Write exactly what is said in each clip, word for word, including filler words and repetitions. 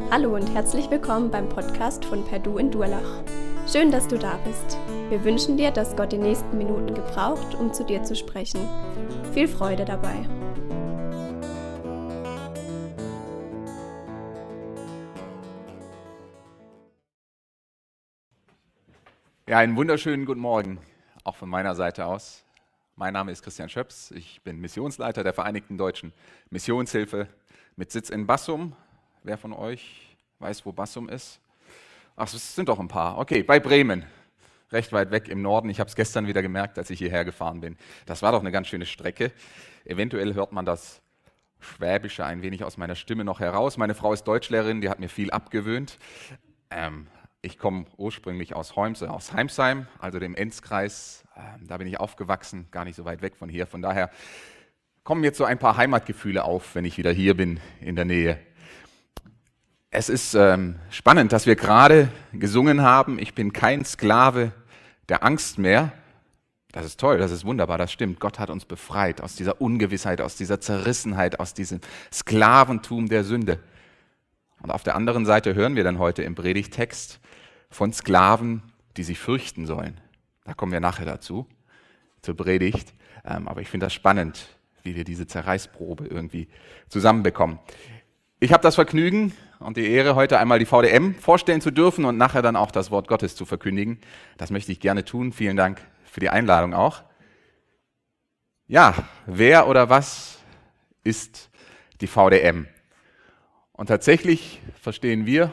Hallo und herzlich willkommen beim Podcast von Perdu in Durlach. Schön, dass du da bist. Wir wünschen dir, dass Gott die nächsten Minuten gebraucht, um zu dir zu sprechen. Viel Freude dabei. Ja, einen wunderschönen guten Morgen, auch von meiner Seite aus. Mein Name ist Christian Schöps, ich bin Missionsleiter der Vereinigten Deutschen Missionshilfe mit Sitz in Bassum. Wer von euch weiß, wo Bassum ist? Ach, es sind doch ein paar. Okay, bei Bremen, recht weit weg im Norden. Ich habe es gestern wieder gemerkt, als ich hierher gefahren bin. Das war doch eine ganz schöne Strecke. Eventuell hört man das Schwäbische ein wenig aus meiner Stimme noch heraus. Meine Frau ist Deutschlehrerin, die hat mir viel abgewöhnt. Ähm, Ich komme ursprünglich aus Heumse, aus Heimsheim, also dem Enzkreis. Ähm, da bin ich aufgewachsen, gar nicht so weit weg von hier. Von daher kommen jetzt so ein paar Heimatgefühle auf, wenn ich wieder hier bin in der Nähe. Es ist ähm, spannend, dass wir gerade gesungen haben, ich bin kein Sklave der Angst mehr. Das ist toll, das ist wunderbar, das stimmt. Gott hat uns befreit aus dieser Ungewissheit, aus dieser Zerrissenheit, aus diesem Sklaventum der Sünde. Und auf der anderen Seite hören wir dann heute im Predigttext von Sklaven, die sich fürchten sollen. Da kommen wir nachher dazu, zur Predigt. Aber ich finde das spannend, wie wir diese Zerreißprobe irgendwie zusammenbekommen. Ich habe das Vergnügen und die Ehre, heute einmal die V D M vorstellen zu dürfen und nachher dann auch das Wort Gottes zu verkündigen. Das möchte ich gerne tun. Vielen Dank für die Einladung auch. Ja, wer oder was ist die V D M? Und tatsächlich verstehen wir,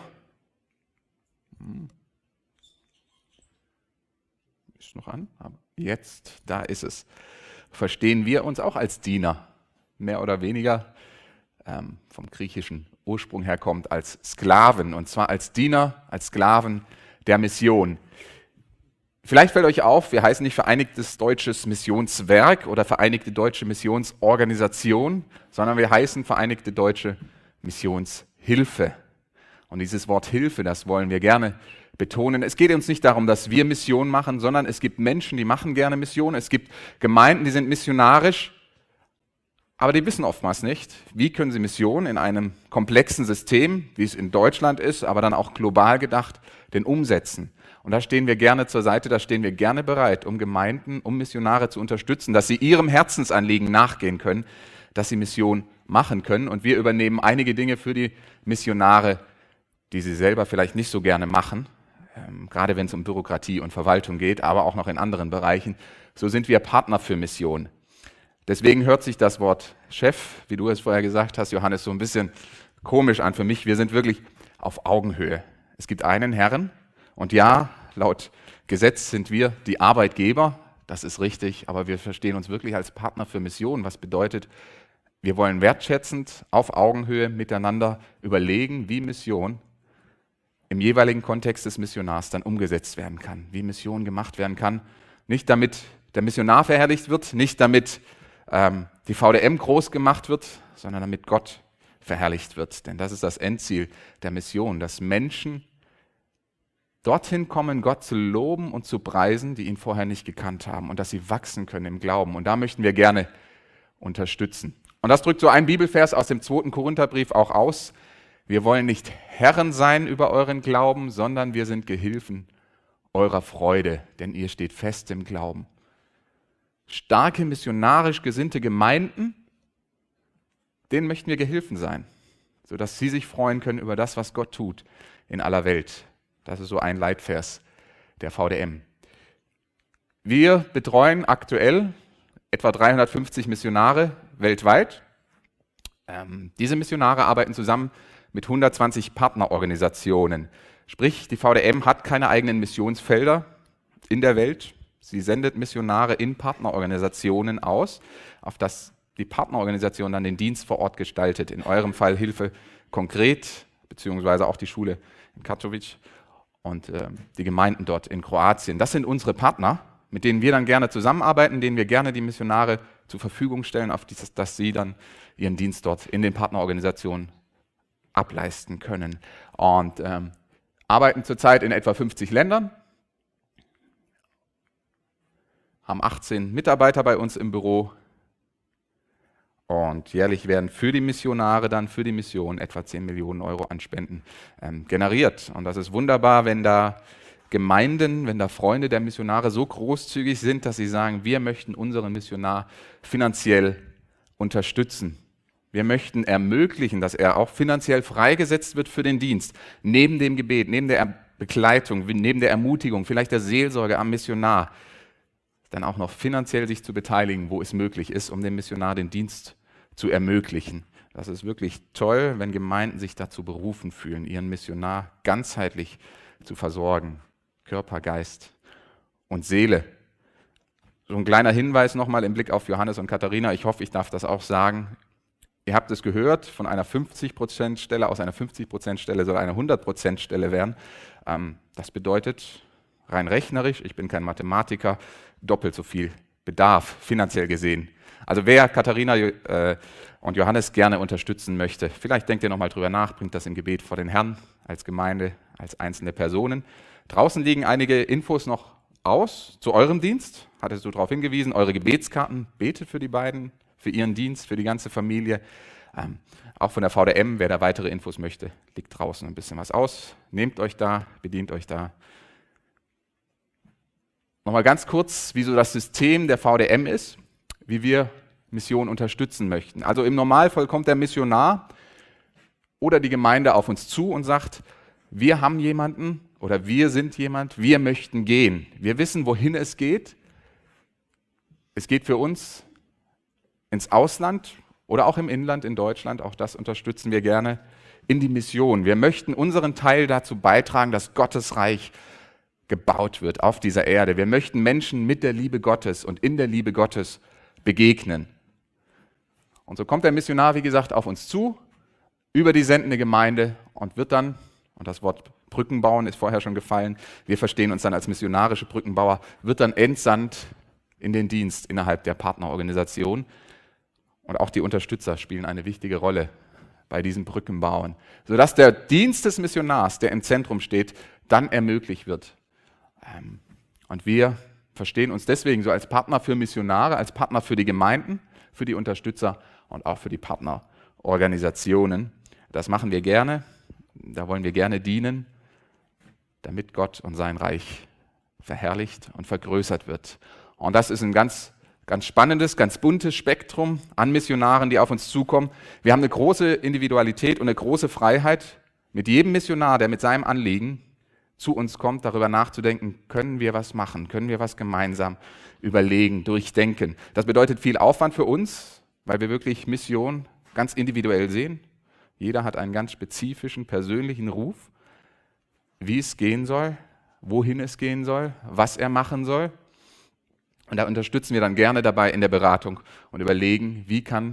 ist noch an, aber jetzt, da ist es, verstehen wir uns auch als Diener, mehr oder weniger ähm, vom griechischen Ursprung her kommt, als Sklaven, und zwar als Diener, als Sklaven der Mission. Vielleicht fällt euch auf, wir heißen nicht Vereinigtes Deutsches Missionswerk oder Vereinigte Deutsche Missionsorganisation, sondern wir heißen Vereinigte Deutsche Missionshilfe. Und dieses Wort Hilfe, das wollen wir gerne betonen. Es geht uns nicht darum, dass wir Mission machen, sondern es gibt Menschen, die machen gerne Mission. Es gibt Gemeinden, die sind missionarisch, aber die wissen oftmals nicht, wie können sie Mission in einem komplexen System, wie es in Deutschland ist, aber dann auch global gedacht, denn umsetzen. Und da stehen wir gerne zur Seite, da stehen wir gerne bereit, um Gemeinden, um Missionare zu unterstützen, dass sie ihrem Herzensanliegen nachgehen können, dass sie Mission machen können. Und wir übernehmen einige Dinge für die Missionare, die sie selber vielleicht nicht so gerne machen, ähm, gerade wenn es um Bürokratie und Verwaltung geht, aber auch noch in anderen Bereichen. So sind wir Partner für Mission. Deswegen hört sich das Wort Chef, wie du es vorher gesagt hast, Johannes, so ein bisschen komisch an für mich. Wir sind wirklich auf Augenhöhe. Es gibt einen Herrn und ja, laut Gesetz sind wir die Arbeitgeber, das ist richtig, aber wir verstehen uns wirklich als Partner für Mission, was bedeutet, wir wollen wertschätzend auf Augenhöhe miteinander überlegen, wie Mission im jeweiligen Kontext des Missionars dann umgesetzt werden kann, wie Mission gemacht werden kann. Nicht damit der Missionar verherrlicht wird, nicht damit ähm, die V D M groß gemacht wird, sondern damit Gott verherrlicht wird. Denn das ist das Endziel der Mission, dass Menschen dorthin kommen, Gott zu loben und zu preisen, die ihn vorher nicht gekannt haben und dass sie wachsen können im Glauben. Und da möchten wir gerne unterstützen. Und das drückt so ein Bibelvers aus dem zweiten Korintherbrief auch aus. Wir wollen nicht Herren sein über euren Glauben, sondern wir sind Gehilfen eurer Freude, denn ihr steht fest im Glauben. Starke, missionarisch gesinnte Gemeinden, denen möchten wir Gehilfen sein, sodass sie sich freuen können über das, was Gott tut in aller Welt. Das ist so ein Leitvers der V D M. Wir betreuen aktuell etwa dreihundertfünfzig Missionare weltweit. Ähm, diese Missionare arbeiten zusammen mit hundertzwanzig Partnerorganisationen. Sprich, die V D M hat keine eigenen Missionsfelder in der Welt. Sie sendet Missionare in Partnerorganisationen aus, auf das die Partnerorganisation dann den Dienst vor Ort gestaltet. In eurem Fall Hilfe konkret, beziehungsweise auch die Schule in Katowice und äh, die Gemeinden dort in Kroatien. Das sind unsere Partner, mit denen wir dann gerne zusammenarbeiten, denen wir gerne die Missionare zur Verfügung stellen, auf dieses, dass sie dann ihren Dienst dort in den Partnerorganisationen ableisten können. Und ähm, arbeiten zurzeit in etwa fünfzig Ländern, haben achtzehn Mitarbeiter bei uns im Büro Und jährlich werden für die Missionare dann, für die Mission etwa zehn Millionen Euro an Spenden ähm, generiert. Und das ist wunderbar, wenn da Gemeinden, wenn da Freunde der Missionare so großzügig sind, dass sie sagen, wir möchten unseren Missionar finanziell unterstützen. Wir möchten ermöglichen, dass er auch finanziell freigesetzt wird für den Dienst. Neben dem Gebet, neben der Begleitung, neben der Ermutigung, vielleicht der Seelsorge am Missionar, dann auch noch finanziell sich zu beteiligen, wo es möglich ist, um dem Missionar den Dienst zu ermöglichen. Das ist wirklich toll, wenn Gemeinden sich dazu berufen fühlen, ihren Missionar ganzheitlich zu versorgen. Körper, Geist und Seele. So ein kleiner Hinweis nochmal im Blick auf Johannes und Katharina. Ich hoffe, ich darf das auch sagen. Ihr habt es gehört, von einer fünfzig Prozent Stelle, aus einer fünfzig Prozent Stelle soll eine hundert Prozent Stelle werden. Das bedeutet rein rechnerisch, ich bin kein Mathematiker, doppelt so viel Bedarf, finanziell gesehen. Also wer Katharina äh, und Johannes gerne unterstützen möchte, vielleicht denkt ihr nochmal drüber nach, bringt das im Gebet vor den Herrn, als Gemeinde, als einzelne Personen. Draußen liegen einige Infos noch aus zu eurem Dienst, hattest du darauf hingewiesen, eure Gebetskarten, betet für die beiden, für ihren Dienst, für die ganze Familie. Ähm, auch von der V D M, wer da weitere Infos möchte, liegt draußen ein bisschen was aus. Nehmt euch da, bedient euch da. Nochmal ganz kurz, wie so das System der V D M ist, wie wir Mission unterstützen möchten. Also im Normalfall kommt der Missionar oder die Gemeinde auf uns zu und sagt, wir haben jemanden oder wir sind jemand, wir möchten gehen. Wir wissen, wohin es geht. Es geht für uns ins Ausland oder auch im Inland in Deutschland, auch das unterstützen wir gerne, in die Mission. Wir möchten unseren Teil dazu beitragen, dass Gottes Reich gebaut wird auf dieser Erde. Wir möchten Menschen mit der Liebe Gottes und in der Liebe Gottes begegnen. Und so kommt der Missionar, wie gesagt, auf uns zu, über die sendende Gemeinde und wird dann, und das Wort Brücken bauen ist vorher schon gefallen, wir verstehen uns dann als missionarische Brückenbauer, wird dann entsandt in den Dienst innerhalb der Partnerorganisation. Und auch die Unterstützer spielen eine wichtige Rolle bei diesem Brückenbauen, sodass der Dienst des Missionars, der im Zentrum steht, dann ermöglicht wird. Und wir verstehen uns deswegen so als Partner für Missionare, als Partner für die Gemeinden, für die Unterstützer und auch für die Partnerorganisationen. Das machen wir gerne, da wollen wir gerne dienen, damit Gott und sein Reich verherrlicht und vergrößert wird. Und das ist ein ganz Ganz spannendes, ganz buntes Spektrum an Missionaren, die auf uns zukommen. Wir haben eine große Individualität und eine große Freiheit, mit jedem Missionar, der mit seinem Anliegen zu uns kommt, darüber nachzudenken, können wir was machen, können wir was gemeinsam überlegen, durchdenken. Das bedeutet viel Aufwand für uns, weil wir wirklich Mission ganz individuell sehen. Jeder hat einen ganz spezifischen, persönlichen Ruf, wie es gehen soll, wohin es gehen soll, was er machen soll. Und da unterstützen wir dann gerne dabei in der Beratung und überlegen, wie kann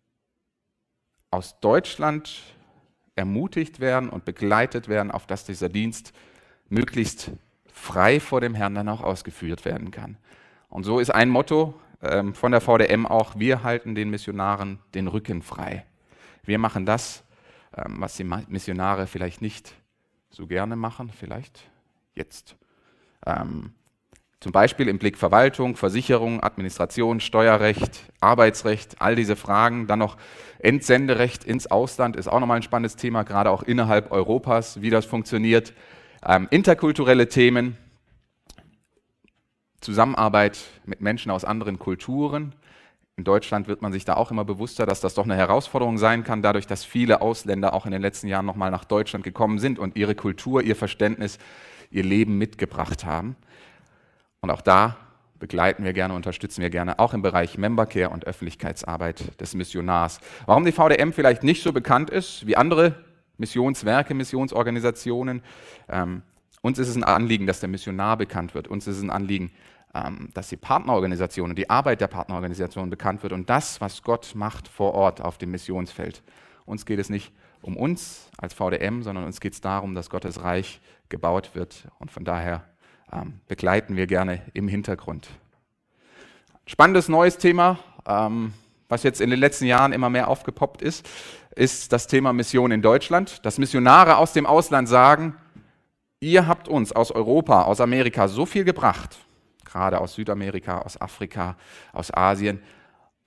aus Deutschland ermutigt werden und begleitet werden, auf dass dieser Dienst möglichst frei vor dem Herrn dann auch ausgeführt werden kann. Und so ist ein Motto ähm, von der V D M auch, wir halten den Missionaren den Rücken frei. Wir machen das, ähm, was die Missionare vielleicht nicht so gerne machen, vielleicht jetzt. Ähm, Zum Beispiel im Blick Verwaltung, Versicherung, Administration, Steuerrecht, Arbeitsrecht, all diese Fragen. Dann noch Entsenderecht ins Ausland ist auch nochmal ein spannendes Thema, gerade auch innerhalb Europas, wie das funktioniert. Ähm, interkulturelle Themen, Zusammenarbeit mit Menschen aus anderen Kulturen. In Deutschland wird man sich da auch immer bewusster, dass das doch eine Herausforderung sein kann, dadurch, dass viele Ausländer auch in den letzten Jahren nochmal nach Deutschland gekommen sind und ihre Kultur, ihr Verständnis, ihr Leben mitgebracht haben. Und auch da begleiten wir gerne, unterstützen wir gerne, auch im Bereich Membercare und Öffentlichkeitsarbeit des Missionars. Warum die V D M vielleicht nicht so bekannt ist wie andere Missionswerke, Missionsorganisationen. Ähm, uns ist es ein Anliegen, dass der Missionar bekannt wird. Uns ist es ein Anliegen, ähm, dass die Partnerorganisation und die Arbeit der Partnerorganisation bekannt wird und das, was Gott macht vor Ort auf dem Missionsfeld. Uns geht es nicht um uns als V D M, sondern uns geht es darum, dass Gottes Reich gebaut wird und von daher Ähm, begleiten wir gerne im Hintergrund. Spannendes neues Thema, ähm, was jetzt in den letzten Jahren immer mehr aufgepoppt ist, ist das Thema Mission in Deutschland. Dass Missionare aus dem Ausland sagen, ihr habt uns aus Europa, aus Amerika so viel gebracht, gerade aus Südamerika, aus Afrika, aus Asien.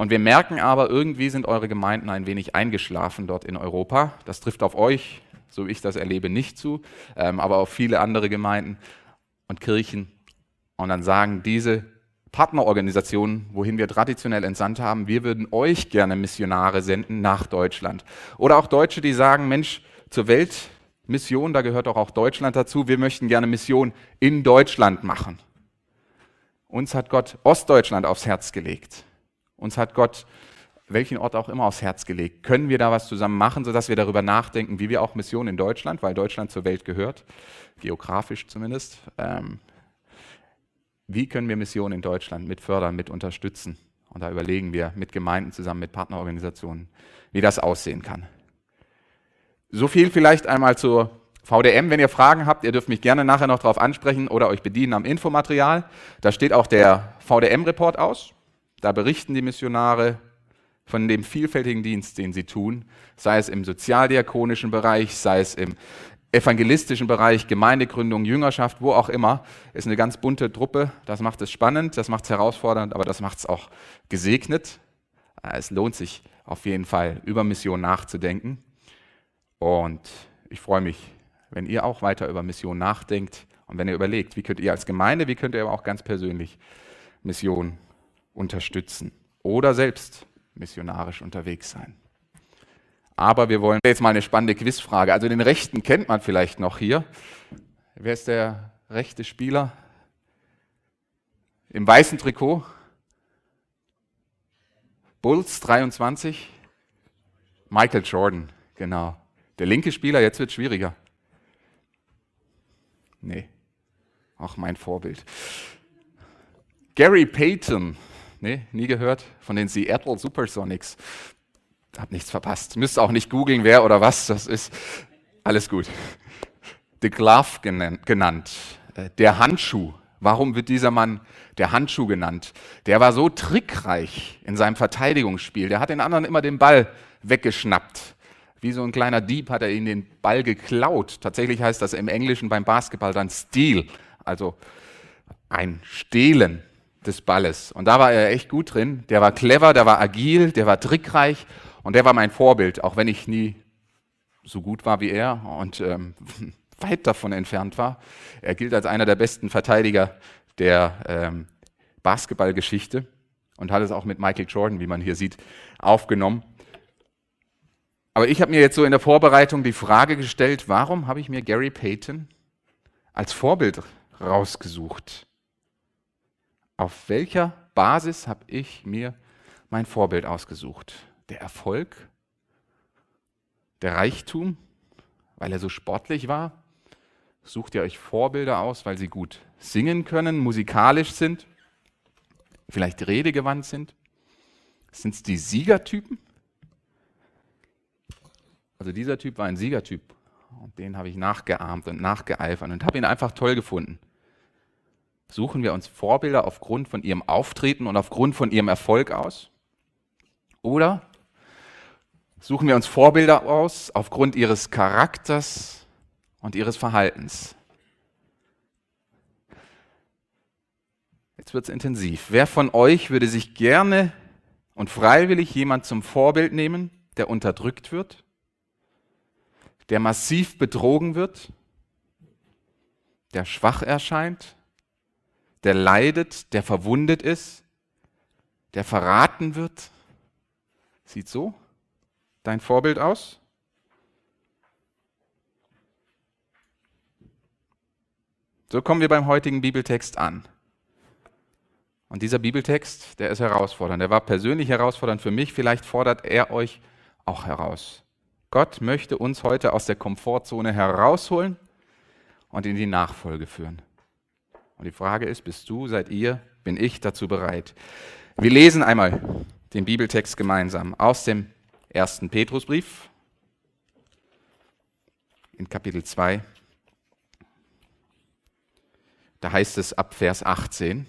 Und wir merken aber, irgendwie sind eure Gemeinden ein wenig eingeschlafen dort in Europa. Das trifft auf euch, so wie ich das erlebe, nicht zu, ähm, aber auf viele andere Gemeinden und Kirchen. Und dann sagen diese Partnerorganisationen, wohin wir traditionell entsandt haben, wir würden euch gerne Missionare senden nach Deutschland. Oder auch Deutsche, die sagen, Mensch, zur Weltmission, da gehört doch auch Deutschland dazu, wir möchten gerne Mission in Deutschland machen. Uns hat Gott Ostdeutschland aufs Herz gelegt. Uns hat Gott welchen Ort auch immer aufs Herz gelegt. Können wir da was zusammen machen, sodass wir darüber nachdenken, wie wir auch Mission in Deutschland, weil Deutschland zur Welt gehört, geografisch zumindest, ähm, wie können wir Mission in Deutschland mit fördern, mit unterstützen? Und da überlegen wir mit Gemeinden zusammen, mit Partnerorganisationen, wie das aussehen kann. So viel vielleicht einmal zur V D M. Wenn ihr Fragen habt, ihr dürft mich gerne nachher noch darauf ansprechen oder euch bedienen am Infomaterial. Da steht auch der V D M-Report aus. Da berichten die Missionare von dem vielfältigen Dienst, den sie tun, sei es im sozialdiakonischen Bereich, sei es im evangelistischen Bereich, Gemeindegründung, Jüngerschaft, wo auch immer. Ist eine ganz bunte Truppe. Das macht es spannend, das macht es herausfordernd, aber das macht es auch gesegnet. Es lohnt sich auf jeden Fall, über Mission nachzudenken. Und ich freue mich, wenn ihr auch weiter über Mission nachdenkt und wenn ihr überlegt, wie könnt ihr als Gemeinde, wie könnt ihr aber auch ganz persönlich Mission unterstützen oder selbst missionarisch unterwegs sein. Aber wir wollen jetzt mal eine spannende Quizfrage. Also den Rechten kennt man vielleicht noch hier. Wer ist der rechte Spieler? Im weißen Trikot? Bulls dreiundzwanzig? Michael Jordan, genau. Der linke Spieler, jetzt wird es schwieriger. Nee, auch mein Vorbild. Gary Payton. Nee, nie gehört, von den Seattle Supersonics. Hab nichts verpasst. Müsst auch nicht googeln, wer oder was das ist. Alles gut. The Glove genannt. Der Handschuh. Warum wird dieser Mann der Handschuh genannt? Der war so trickreich in seinem Verteidigungsspiel. Der hat den anderen immer den Ball weggeschnappt. Wie so ein kleiner Dieb hat er ihnen den Ball geklaut. Tatsächlich heißt das im Englischen beim Basketball dann Steal. Also ein Stehlen des Balles. Und da war er echt gut drin. Der war clever, der war agil, der war trickreich und der war mein Vorbild, auch wenn ich nie so gut war wie er und ähm, weit davon entfernt war. Er gilt als einer der besten Verteidiger der ähm, Basketballgeschichte und hat es auch mit Michael Jordan, wie man hier sieht, aufgenommen. Aber ich habe mir jetzt so in der Vorbereitung die Frage gestellt, warum habe ich mir Gary Payton als Vorbild rausgesucht? Auf welcher Basis habe ich mir mein Vorbild ausgesucht? Der Erfolg? Der Reichtum? Weil er so sportlich war? Sucht ihr euch Vorbilder aus, weil sie gut singen können, musikalisch sind, vielleicht redegewandt sind? Sind es die Siegertypen? Also dieser Typ war ein Siegertyp und den habe ich nachgeahmt und nachgeeifert und habe ihn einfach toll gefunden. Suchen wir uns Vorbilder aufgrund von ihrem Auftreten und aufgrund von ihrem Erfolg aus? Oder suchen wir uns Vorbilder aus aufgrund ihres Charakters und ihres Verhaltens? Jetzt wird es intensiv. Wer von euch würde sich gerne und freiwillig jemand zum Vorbild nehmen, der unterdrückt wird, der massiv betrogen wird, der schwach erscheint, der leidet, der verwundet ist, der verraten wird? Sieht so dein Vorbild aus? So kommen wir beim heutigen Bibeltext an. Und dieser Bibeltext, der ist herausfordernd. Der war persönlich herausfordernd für mich. Vielleicht fordert er euch auch heraus. Gott möchte uns heute aus der Komfortzone herausholen und in die Nachfolge führen. Und die Frage ist, bist du, seid ihr, bin ich dazu bereit? Wir lesen einmal den Bibeltext gemeinsam aus dem ersten Petrusbrief in Kapitel zwei. Da heißt es ab Vers achtzehn.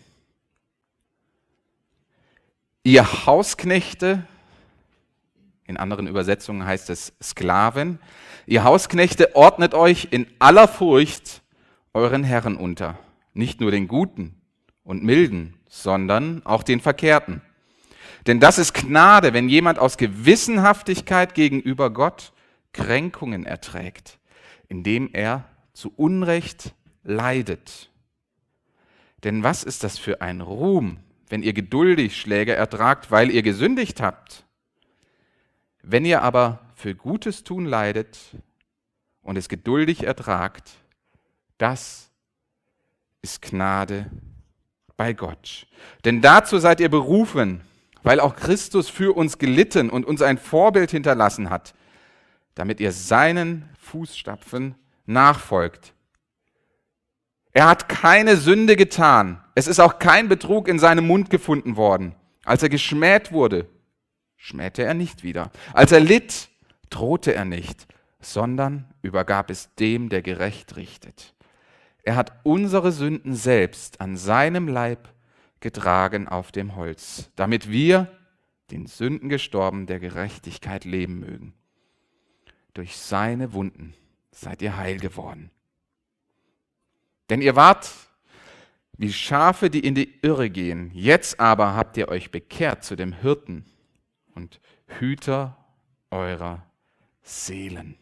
Ihr Hausknechte, in anderen Übersetzungen heißt es Sklaven, ihr Hausknechte ordnet euch in aller Furcht euren Herren unter. Nicht nur den Guten und Milden, sondern auch den Verkehrten. Denn das ist Gnade, wenn jemand aus Gewissenhaftigkeit gegenüber Gott Kränkungen erträgt, indem er zu Unrecht leidet. Denn was ist das für ein Ruhm, wenn ihr geduldig Schläge ertragt, weil ihr gesündigt habt? Wenn ihr aber für Gutes tun leidet und es geduldig ertragt, das ist Gnade bei Gott. Denn dazu seid ihr berufen, weil auch Christus für uns gelitten und uns ein Vorbild hinterlassen hat, damit ihr seinen Fußstapfen nachfolgt. Er hat keine Sünde getan. Es ist auch kein Betrug in seinem Mund gefunden worden. Als er geschmäht wurde, schmähte er nicht wieder. Als er litt, drohte er nicht, sondern übergab es dem, der gerecht richtet. Er hat unsere Sünden selbst an seinem Leib getragen auf dem Holz, damit wir, den Sünden gestorben, der Gerechtigkeit leben mögen. Durch seine Wunden seid ihr heil geworden. Denn ihr wart wie Schafe, die in die Irre gehen. Jetzt aber habt ihr euch bekehrt zu dem Hirten und Hüter eurer Seelen.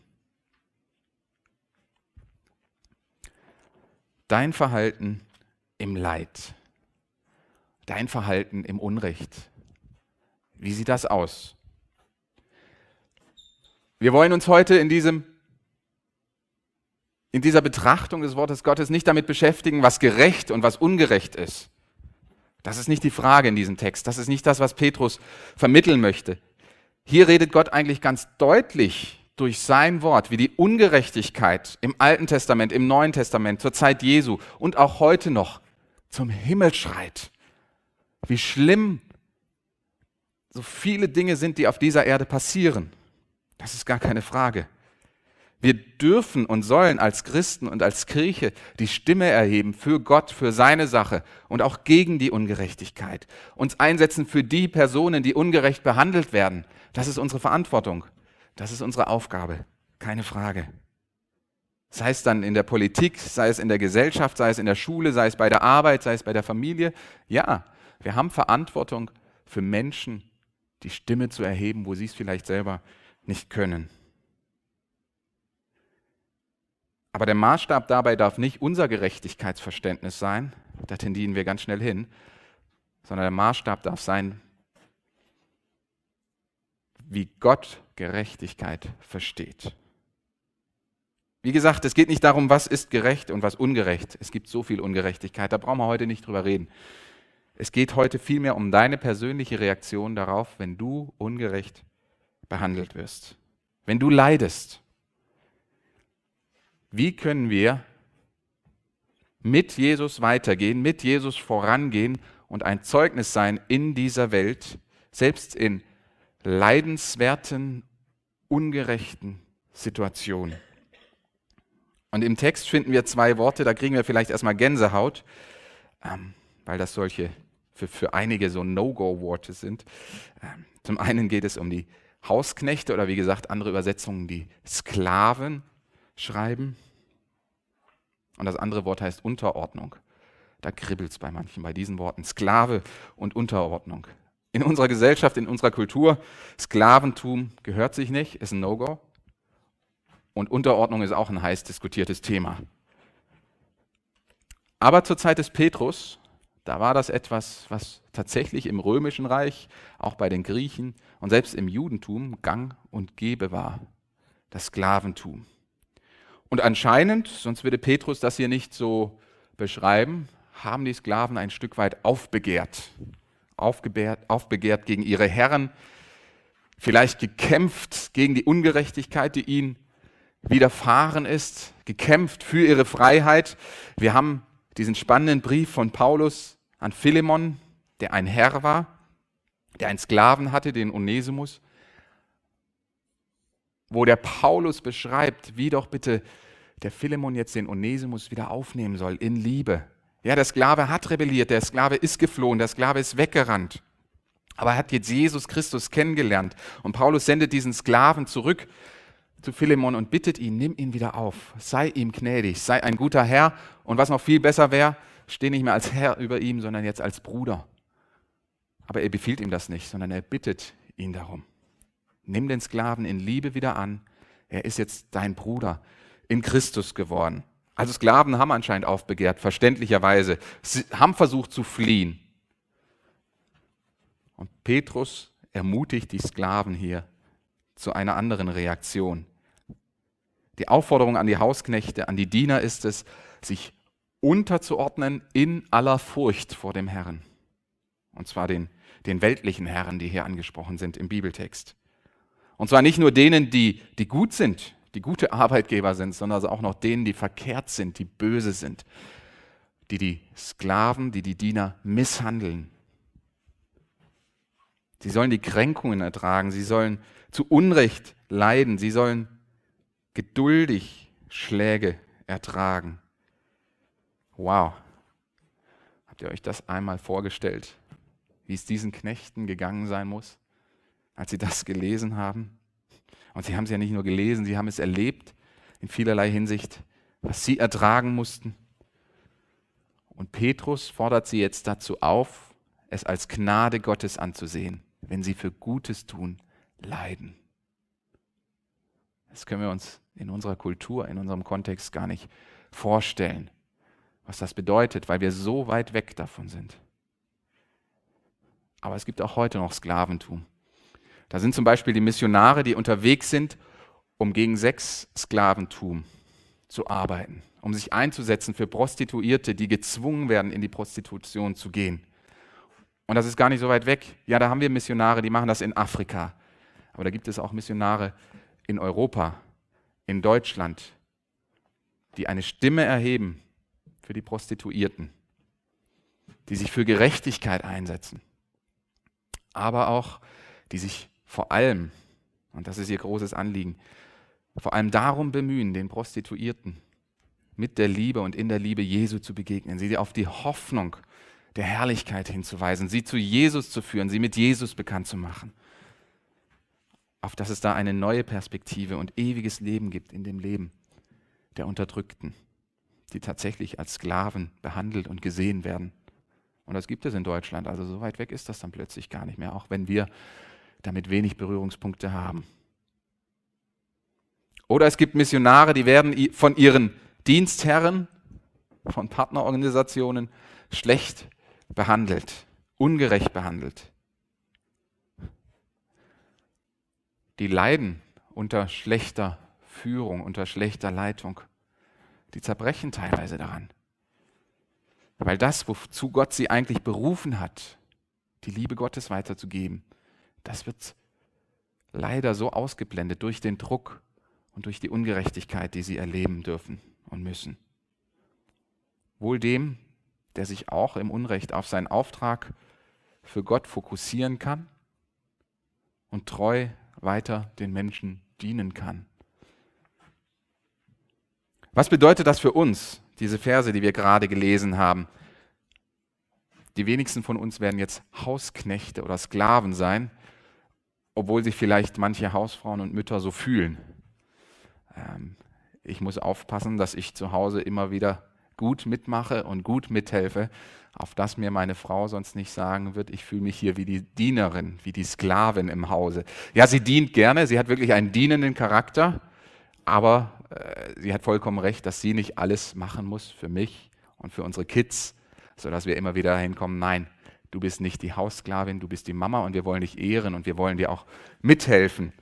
Dein Verhalten im Leid, dein Verhalten im Unrecht. Wie sieht das aus? Wir wollen uns heute in diesem in dieser Betrachtung des Wortes Gottes nicht damit beschäftigen, was gerecht und was ungerecht ist. Das ist nicht die Frage in diesem Text. Das ist nicht das, was Petrus vermitteln möchte. Hier redet Gott eigentlich ganz deutlich durch sein Wort, wie die Ungerechtigkeit im Alten Testament, im Neuen Testament, zur Zeit Jesu und auch heute noch zum Himmel schreit. Wie schlimm so viele Dinge sind, die auf dieser Erde passieren. Das ist gar keine Frage. Wir dürfen und sollen als Christen und als Kirche die Stimme erheben für Gott, für seine Sache und auch gegen die Ungerechtigkeit. Uns einsetzen für die Personen, die ungerecht behandelt werden. Das ist unsere Verantwortung. Das ist unsere Aufgabe. Keine Frage. Sei es dann in der Politik, sei es in der Gesellschaft, sei es in der Schule, sei es bei der Arbeit, sei es bei der Familie. Ja, wir haben Verantwortung für Menschen, die Stimme zu erheben, wo sie es vielleicht selber nicht können. Aber der Maßstab dabei darf nicht unser Gerechtigkeitsverständnis sein, da tendieren wir ganz schnell hin, sondern der Maßstab darf sein, wie Gott Gerechtigkeit versteht. Wie gesagt, es geht nicht darum, was ist gerecht und was ungerecht. Es gibt so viel Ungerechtigkeit, da brauchen wir heute nicht drüber reden. Es geht heute vielmehr um deine persönliche Reaktion darauf, wenn du ungerecht behandelt wirst, wenn du leidest. Wie können wir mit Jesus weitergehen, mit Jesus vorangehen und ein Zeugnis sein in dieser Welt, selbst in leidenswerten, ungerechten Situationen? Und im Text finden wir zwei Worte, da kriegen wir vielleicht erstmal Gänsehaut, ähm, weil das solche für, für einige so No-Go-Worte sind. Ähm, zum einen geht es um die Hausknechte oder wie gesagt andere Übersetzungen, die Sklaven schreiben. Und das andere Wort heißt Unterordnung. Da kribbelt es bei manchen, bei diesen Worten. Sklave und Unterordnung. In unserer Gesellschaft, in unserer Kultur, Sklaventum gehört sich nicht, ist ein No-Go. Und Unterordnung ist auch ein heiß diskutiertes Thema. Aber zur Zeit des Petrus, da war das etwas, was tatsächlich im Römischen Reich, auch bei den Griechen und selbst im Judentum gang und gäbe war. Das Sklaventum. Und anscheinend, sonst würde Petrus das hier nicht so beschreiben, haben die Sklaven ein Stück weit aufbegehrt. Aufgebehrt, aufbegehrt gegen ihre Herren, vielleicht gekämpft gegen die Ungerechtigkeit, die ihnen widerfahren ist, gekämpft für ihre Freiheit. Wir haben diesen spannenden Brief von Paulus an Philemon, der ein Herr war, der einen Sklaven hatte, den Onesimus, wo der Paulus beschreibt, wie doch bitte der Philemon jetzt den Onesimus wieder aufnehmen soll in Liebe. Ja, der Sklave hat rebelliert, der Sklave ist geflohen, der Sklave ist weggerannt. Aber er hat jetzt Jesus Christus kennengelernt. Und Paulus sendet diesen Sklaven zurück zu Philemon und bittet ihn, nimm ihn wieder auf, sei ihm gnädig, sei ein guter Herr. Und was noch viel besser wäre, steh nicht mehr als Herr über ihm, sondern jetzt als Bruder. Aber er befiehlt ihm das nicht, sondern er bittet ihn darum. Nimm den Sklaven in Liebe wieder an. Er ist jetzt dein Bruder in Christus geworden. Also Sklaven haben anscheinend aufbegehrt, verständlicherweise. Sie haben versucht zu fliehen. Und Petrus ermutigt die Sklaven hier zu einer anderen Reaktion. Die Aufforderung an die Hausknechte, an die Diener ist es, sich unterzuordnen in aller Furcht vor dem Herrn. Und zwar den, den weltlichen Herren, die hier angesprochen sind im Bibeltext. Und zwar nicht nur denen, die, die gut sind, die gute Arbeitgeber sind, sondern also auch noch denen, die verkehrt sind, die böse sind, die die Sklaven, die die Diener misshandeln. Sie sollen die Kränkungen ertragen, sie sollen zu Unrecht leiden, sie sollen geduldig Schläge ertragen. Wow. Habt ihr euch das einmal vorgestellt, wie es diesen Knechten gegangen sein muss, als sie das gelesen haben? Und sie haben es ja nicht nur gelesen, sie haben es erlebt in vielerlei Hinsicht, was sie ertragen mussten. Und Petrus fordert sie jetzt dazu auf, es als Gnade Gottes anzusehen, wenn sie für Gutes tun, leiden. Das können wir uns in unserer Kultur, in unserem Kontext gar nicht vorstellen, was das bedeutet, weil wir so weit weg davon sind. Aber es gibt auch heute noch Sklaventum. Da sind zum Beispiel die Missionare, die unterwegs sind, um gegen Sexsklaventum zu arbeiten, um sich einzusetzen für Prostituierte, die gezwungen werden, in die Prostitution zu gehen. Und das ist gar nicht so weit weg. Ja, da haben wir Missionare, die machen das in Afrika. Aber da gibt es auch Missionare in Europa, in Deutschland, die eine Stimme erheben für die Prostituierten, die sich für Gerechtigkeit einsetzen, aber auch die sich vor allem, und das ist ihr großes Anliegen, vor allem darum bemühen, den Prostituierten mit der Liebe und in der Liebe Jesu zu begegnen, sie auf die Hoffnung der Herrlichkeit hinzuweisen, sie zu Jesus zu führen, sie mit Jesus bekannt zu machen, auf dass es da eine neue Perspektive und ewiges Leben gibt in dem Leben der Unterdrückten, die tatsächlich als Sklaven behandelt und gesehen werden. Und das gibt es in Deutschland, also so weit weg ist das dann plötzlich gar nicht mehr, auch wenn wir damit wenig Berührungspunkte haben. Oder es gibt Missionare, die werden von ihren Dienstherren, von Partnerorganisationen schlecht behandelt, ungerecht behandelt. Die leiden unter schlechter Führung, unter schlechter Leitung. Die zerbrechen teilweise daran. Weil das, wozu Gott sie eigentlich berufen hat, die Liebe Gottes weiterzugeben, das wird leider so ausgeblendet durch den Druck und durch die Ungerechtigkeit, die sie erleben dürfen und müssen. Wohl dem, der sich auch im Unrecht auf seinen Auftrag für Gott fokussieren kann und treu weiter den Menschen dienen kann. Was bedeutet das für uns, diese Verse, die wir gerade gelesen haben? Die wenigsten von uns werden jetzt Hausknechte oder Sklaven sein, obwohl sich vielleicht manche Hausfrauen und Mütter so fühlen. Ähm, ich muss aufpassen, dass ich zu Hause immer wieder gut mitmache und gut mithelfe, auf dass mir meine Frau sonst nicht sagen wird, ich fühle mich hier wie die Dienerin, wie die Sklavin im Hause. Ja, sie dient gerne, sie hat wirklich einen dienenden Charakter, aber äh, sie hat vollkommen recht, dass sie nicht alles machen muss für mich und für unsere Kids, sodass wir immer wieder hinkommen, nein, du bist nicht die Haussklavin, du bist die Mama und wir wollen dich ehren und wir wollen dir auch mithelfen.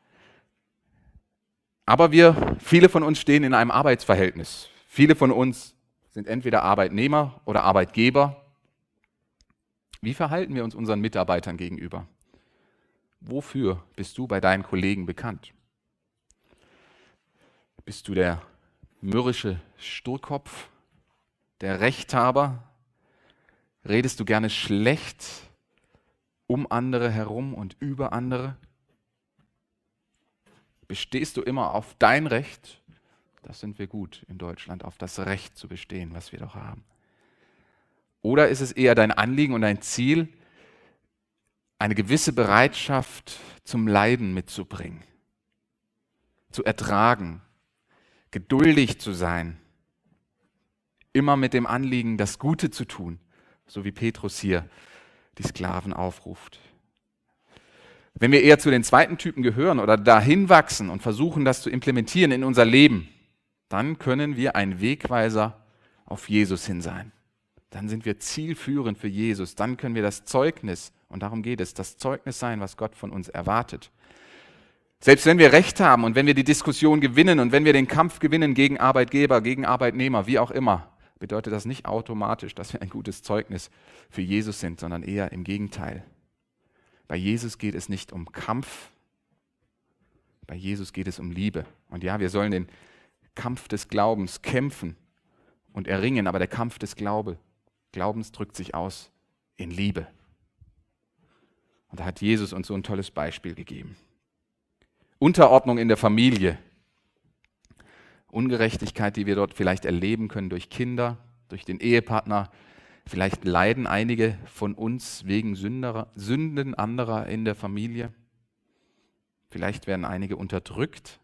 Aber wir, viele von uns stehen in einem Arbeitsverhältnis. Viele von uns sind entweder Arbeitnehmer oder Arbeitgeber. Wie verhalten wir uns unseren Mitarbeitern gegenüber? Wofür bist du bei deinen Kollegen bekannt? Bist du der mürrische Sturkopf, der Rechthaber? Redest du gerne schlecht um andere herum und über andere? Bestehst du immer auf dein Recht? Das sind wir gut in Deutschland, auf das Recht zu bestehen, was wir doch haben. Oder ist es eher dein Anliegen und dein Ziel, eine gewisse Bereitschaft zum Leiden mitzubringen, zu ertragen, geduldig zu sein, immer mit dem Anliegen, das Gute zu tun, so wie Petrus hier die Sklaven aufruft. Wenn wir eher zu den zweiten Typen gehören oder dahin wachsen und versuchen, das zu implementieren in unser Leben, dann können wir ein Wegweiser auf Jesus hin sein. Dann sind wir zielführend für Jesus. Dann können wir das Zeugnis, und darum geht es, das Zeugnis sein, was Gott von uns erwartet. Selbst wenn wir Recht haben und wenn wir die Diskussion gewinnen und wenn wir den Kampf gewinnen gegen Arbeitgeber, gegen Arbeitnehmer, wie auch immer, bedeutet das nicht automatisch, dass wir ein gutes Zeugnis für Jesus sind, sondern eher im Gegenteil. Bei Jesus geht es nicht um Kampf, bei Jesus geht es um Liebe. Und ja, wir sollen den Kampf des Glaubens kämpfen und erringen, aber der Kampf des Glaube, Glaubens drückt sich aus in Liebe. Und da hat Jesus uns so ein tolles Beispiel gegeben. Unterordnung in der Familie. Ungerechtigkeit, die wir dort vielleicht erleben können durch Kinder, durch den Ehepartner. Vielleicht leiden einige von uns wegen Sünderer, Sünden anderer in der Familie. Vielleicht werden einige unterdrückt.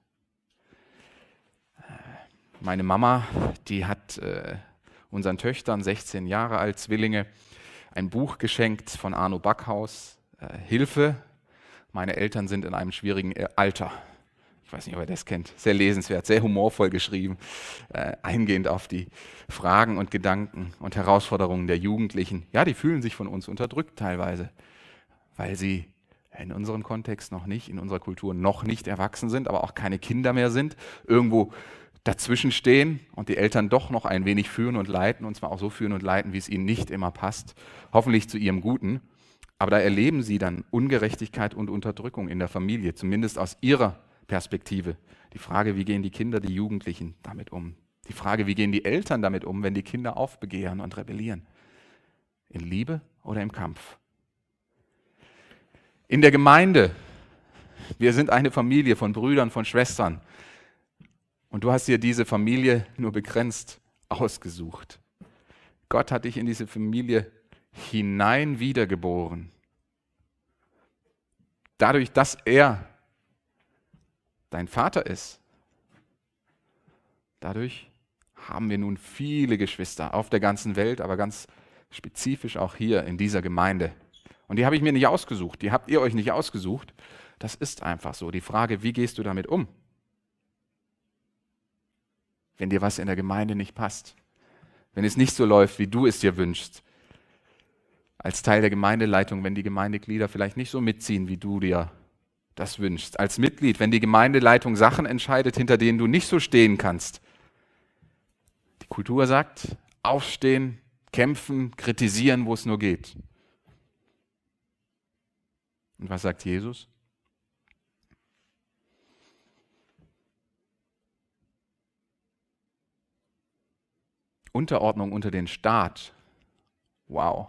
Meine Mama, die hat äh, unseren Töchtern, sechzehn Jahre alt, Zwillinge, ein Buch geschenkt von Arno Backhaus, äh, Hilfe. Meine Eltern sind in einem schwierigen Alter. Ich weiß nicht, ob ihr das kennt. Sehr lesenswert, sehr humorvoll geschrieben, äh, eingehend auf die Fragen und Gedanken und Herausforderungen der Jugendlichen. Ja, die fühlen sich von uns unterdrückt teilweise, weil sie in unserem Kontext noch nicht, in unserer Kultur noch nicht erwachsen sind, aber auch keine Kinder mehr sind, irgendwo dazwischen stehen und die Eltern doch noch ein wenig führen und leiten, und zwar auch so führen und leiten, wie es ihnen nicht immer passt, hoffentlich zu ihrem Guten. Aber da erleben sie dann Ungerechtigkeit und Unterdrückung in der Familie, zumindest aus ihrer Perspektive. Die Frage, wie gehen die Kinder, die Jugendlichen damit um? Die Frage, wie gehen die Eltern damit um, wenn die Kinder aufbegehren und rebellieren? In Liebe oder im Kampf? In der Gemeinde, wir sind eine Familie von Brüdern, von Schwestern. Und du hast dir diese Familie nur begrenzt ausgesucht. Gott hat dich in diese Familie hinein wiedergeboren. Dadurch, dass er dein Vater ist, dadurch haben wir nun viele Geschwister auf der ganzen Welt, aber ganz spezifisch auch hier in dieser Gemeinde. Und die habe ich mir nicht ausgesucht, die habt ihr euch nicht ausgesucht. Das ist einfach so. Die Frage, wie gehst du damit um? Wenn dir was in der Gemeinde nicht passt, wenn es nicht so läuft, wie du es dir wünschst, als Teil der Gemeindeleitung, wenn die Gemeindeglieder vielleicht nicht so mitziehen, wie du dir das wünschst, als Mitglied, wenn die Gemeindeleitung Sachen entscheidet, hinter denen du nicht so stehen kannst. Die Kultur sagt, aufstehen, kämpfen, kritisieren, wo es nur geht. Und was sagt Jesus? Unterordnung unter den Staat. Wow.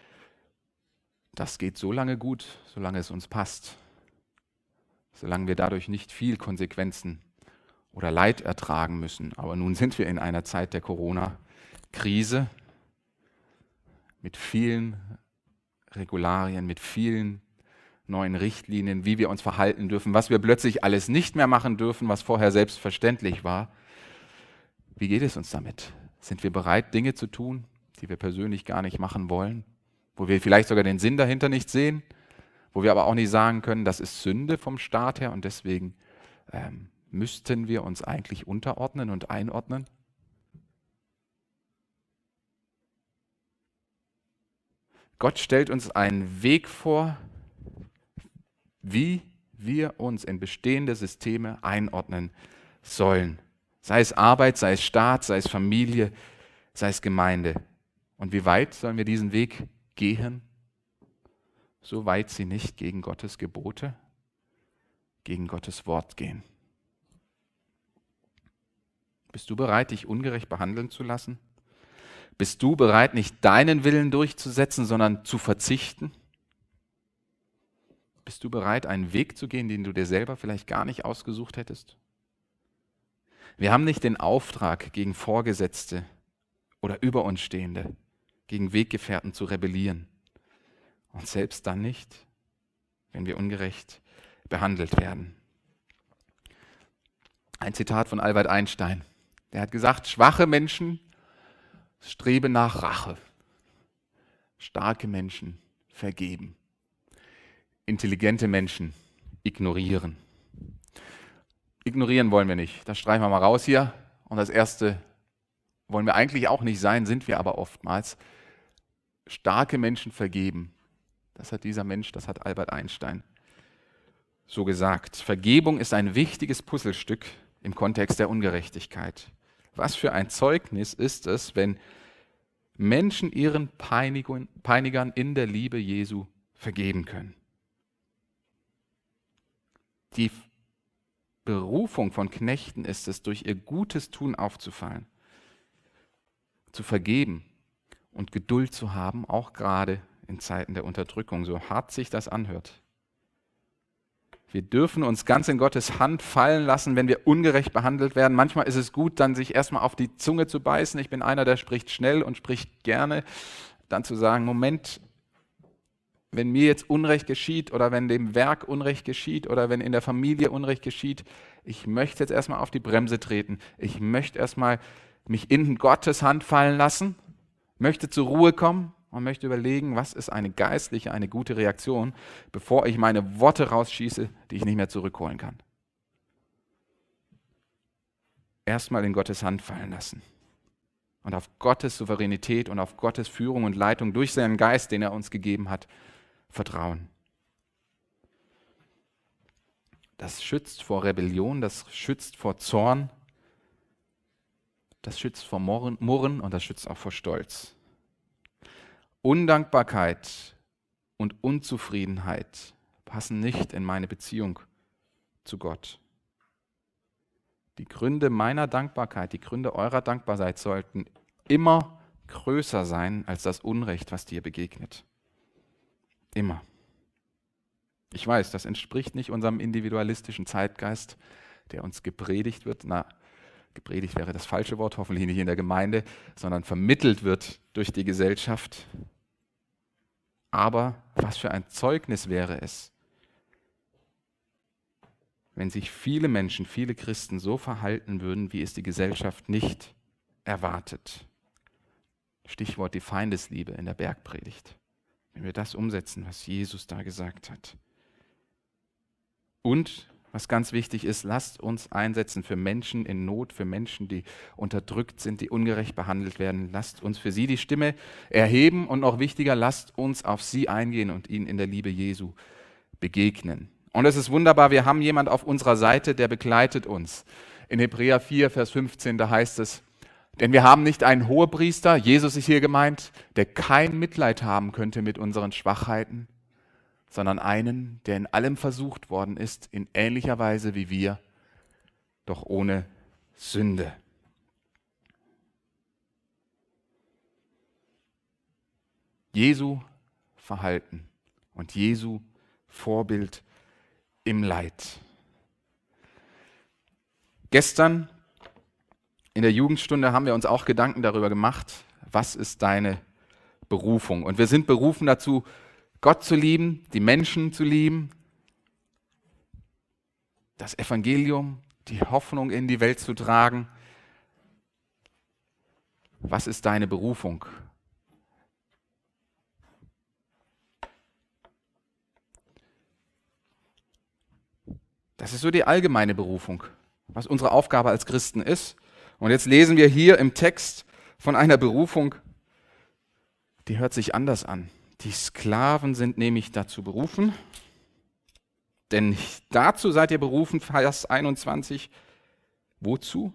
Das geht so lange gut, solange es uns passt. Solange wir dadurch nicht viel Konsequenzen oder Leid ertragen müssen. Aber nun sind wir in einer Zeit der Corona-Krise mit vielen Regularien, mit vielen neuen Richtlinien, wie wir uns verhalten dürfen, was wir plötzlich alles nicht mehr machen dürfen, was vorher selbstverständlich war. Wie geht es uns damit? Sind wir bereit, Dinge zu tun, die wir persönlich gar nicht machen wollen, wo wir vielleicht sogar den Sinn dahinter nicht sehen, wo wir aber auch nicht sagen können, das ist Sünde vom Staat her und deswegen ähm, müssten wir uns eigentlich unterordnen und einordnen? Gott stellt uns einen Weg vor, wie wir uns in bestehende Systeme einordnen sollen. Sei es Arbeit, sei es Staat, sei es Familie, sei es Gemeinde. Und wie weit sollen wir diesen Weg gehen? So weit sie nicht gegen Gottes Gebote, gegen Gottes Wort gehen. Bist du bereit, dich ungerecht behandeln zu lassen? Bist du bereit, nicht deinen Willen durchzusetzen, sondern zu verzichten? Bist du bereit, einen Weg zu gehen, den du dir selber vielleicht gar nicht ausgesucht hättest? Wir haben nicht den Auftrag, gegen Vorgesetzte oder über uns Stehende, gegen Weggefährten zu rebellieren. Und selbst dann nicht, wenn wir ungerecht behandelt werden. Ein Zitat von Albert Einstein. Der hat gesagt, schwache Menschen streben nach Rache. Starke Menschen vergeben. Intelligente Menschen ignorieren. Ignorieren wollen wir nicht. Das streichen wir mal raus hier. Und das Erste wollen wir eigentlich auch nicht sein, sind wir aber oftmals. Starke Menschen vergeben. Das hat dieser Mensch, das hat Albert Einstein so gesagt. Vergebung ist ein wichtiges Puzzlestück im Kontext der Ungerechtigkeit. Was für ein Zeugnis ist es, wenn Menschen ihren Peinigern in der Liebe Jesu vergeben können. Die Berufung von Knechten ist es, durch ihr gutes Tun aufzufallen, zu vergeben und Geduld zu haben, auch gerade in Zeiten der Unterdrückung, so hart sich das anhört. Wir dürfen uns ganz in Gottes Hand fallen lassen, wenn wir ungerecht behandelt werden. Manchmal ist es gut, dann sich erstmal auf die Zunge zu beißen. Ich bin einer, der spricht schnell und spricht gerne. Dann zu sagen, Moment, wenn mir jetzt Unrecht geschieht oder wenn dem Werk Unrecht geschieht oder wenn in der Familie Unrecht geschieht, ich möchte jetzt erstmal auf die Bremse treten. Ich möchte erstmal mich in Gottes Hand fallen lassen, möchte zur Ruhe kommen und möchte überlegen, was ist eine geistliche, eine gute Reaktion, bevor ich meine Worte rausschieße, die ich nicht mehr zurückholen kann. Erstmal in Gottes Hand fallen lassen und auf Gottes Souveränität und auf Gottes Führung und Leitung durch seinen Geist, den er uns gegeben hat, vertrauen. Das schützt vor Rebellion, das schützt vor Zorn, das schützt vor Murren und das schützt auch vor Stolz. Undankbarkeit und Unzufriedenheit passen nicht in meine Beziehung zu Gott. Die Gründe meiner Dankbarkeit, die Gründe eurer Dankbarkeit sollten immer größer sein als das Unrecht, was dir begegnet. Immer. Ich weiß, das entspricht nicht unserem individualistischen Zeitgeist, der uns gepredigt wird. Na, gepredigt wäre das falsche Wort, hoffentlich nicht in der Gemeinde, sondern vermittelt wird durch die Gesellschaft. Aber was für ein Zeugnis wäre es, wenn sich viele Menschen, viele Christen so verhalten würden, wie es die Gesellschaft nicht erwartet. Stichwort die Feindesliebe in der Bergpredigt. Wenn wir das umsetzen, was Jesus da gesagt hat. Und, was ganz wichtig ist, lasst uns einsetzen für Menschen in Not, für Menschen, die unterdrückt sind, die ungerecht behandelt werden. Lasst uns für sie die Stimme erheben und noch wichtiger, lasst uns auf sie eingehen und ihnen in der Liebe Jesu begegnen. Und es ist wunderbar, wir haben jemand auf unserer Seite, der begleitet uns. In Hebräer vier, Vers fünfzehn, da heißt es, denn wir haben nicht einen Hohepriester, Jesus ist hier gemeint, der kein Mitleid haben könnte mit unseren Schwachheiten, sondern einen, der in allem versucht worden ist, in ähnlicher Weise wie wir, doch ohne Sünde. Jesu Verhalten und Jesu Vorbild im Leid. Gestern in der Jugendstunde haben wir uns auch Gedanken darüber gemacht, was ist deine Berufung? Und wir sind berufen dazu, Gott zu lieben, die Menschen zu lieben, das Evangelium, die Hoffnung in die Welt zu tragen. Was ist deine Berufung? Das ist so die allgemeine Berufung, was unsere Aufgabe als Christen ist. Und jetzt lesen wir hier im Text von einer Berufung, die hört sich anders an. Die Sklaven sind nämlich dazu berufen, denn dazu seid ihr berufen, Vers einundzwanzig, wozu?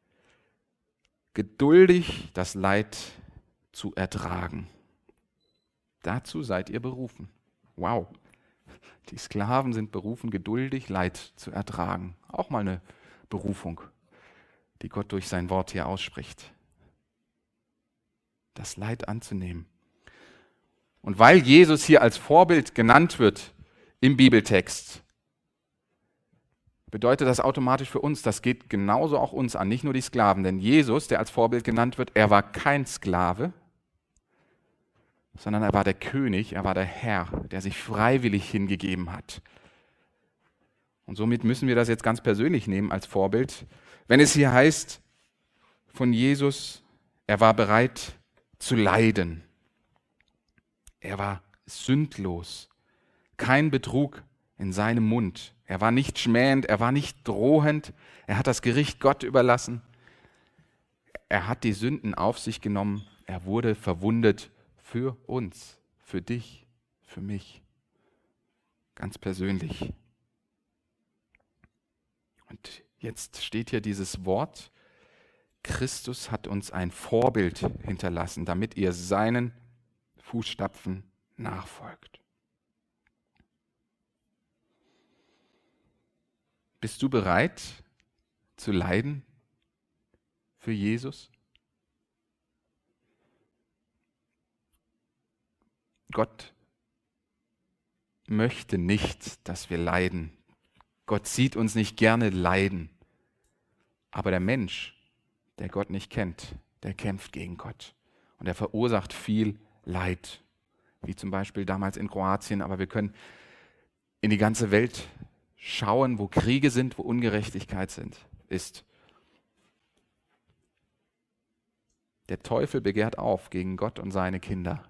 Geduldig das Leid zu ertragen. Dazu seid ihr berufen. Wow. Die Sklaven sind berufen, geduldig Leid zu ertragen. Auch mal eine Berufung, die Gott durch sein Wort hier ausspricht. Das Leid anzunehmen. Und weil Jesus hier als Vorbild genannt wird im Bibeltext, bedeutet das automatisch für uns, das geht genauso auch uns an, nicht nur die Sklaven. Denn Jesus, der als Vorbild genannt wird, er war kein Sklave, sondern er war der König, er war der Herr, der sich freiwillig hingegeben hat. Und somit müssen wir das jetzt ganz persönlich nehmen als Vorbild. Wenn es hier heißt von Jesus, er war bereit zu leiden. Er war sündlos, kein Betrug in seinem Mund. Er war nicht schmähend, er war nicht drohend, er hat das Gericht Gott überlassen. Er hat die Sünden auf sich genommen, er wurde verwundet für uns, für dich, für mich, ganz persönlich. Und jetzt steht hier dieses Wort, Christus hat uns ein Vorbild hinterlassen, damit ihr seinen Fußstapfen nachfolgt. Bist du bereit zu leiden für Jesus? Gott möchte nicht, dass wir leiden. Gott sieht uns nicht gerne leiden. Aber der Mensch, der Gott nicht kennt, der kämpft gegen Gott. Und er verursacht viel Leid. Wie zum Beispiel damals in Kroatien. Aber wir können in die ganze Welt schauen, wo Kriege sind, wo Ungerechtigkeit sind, ist. Der Teufel begehrt auf gegen Gott und seine Kinder.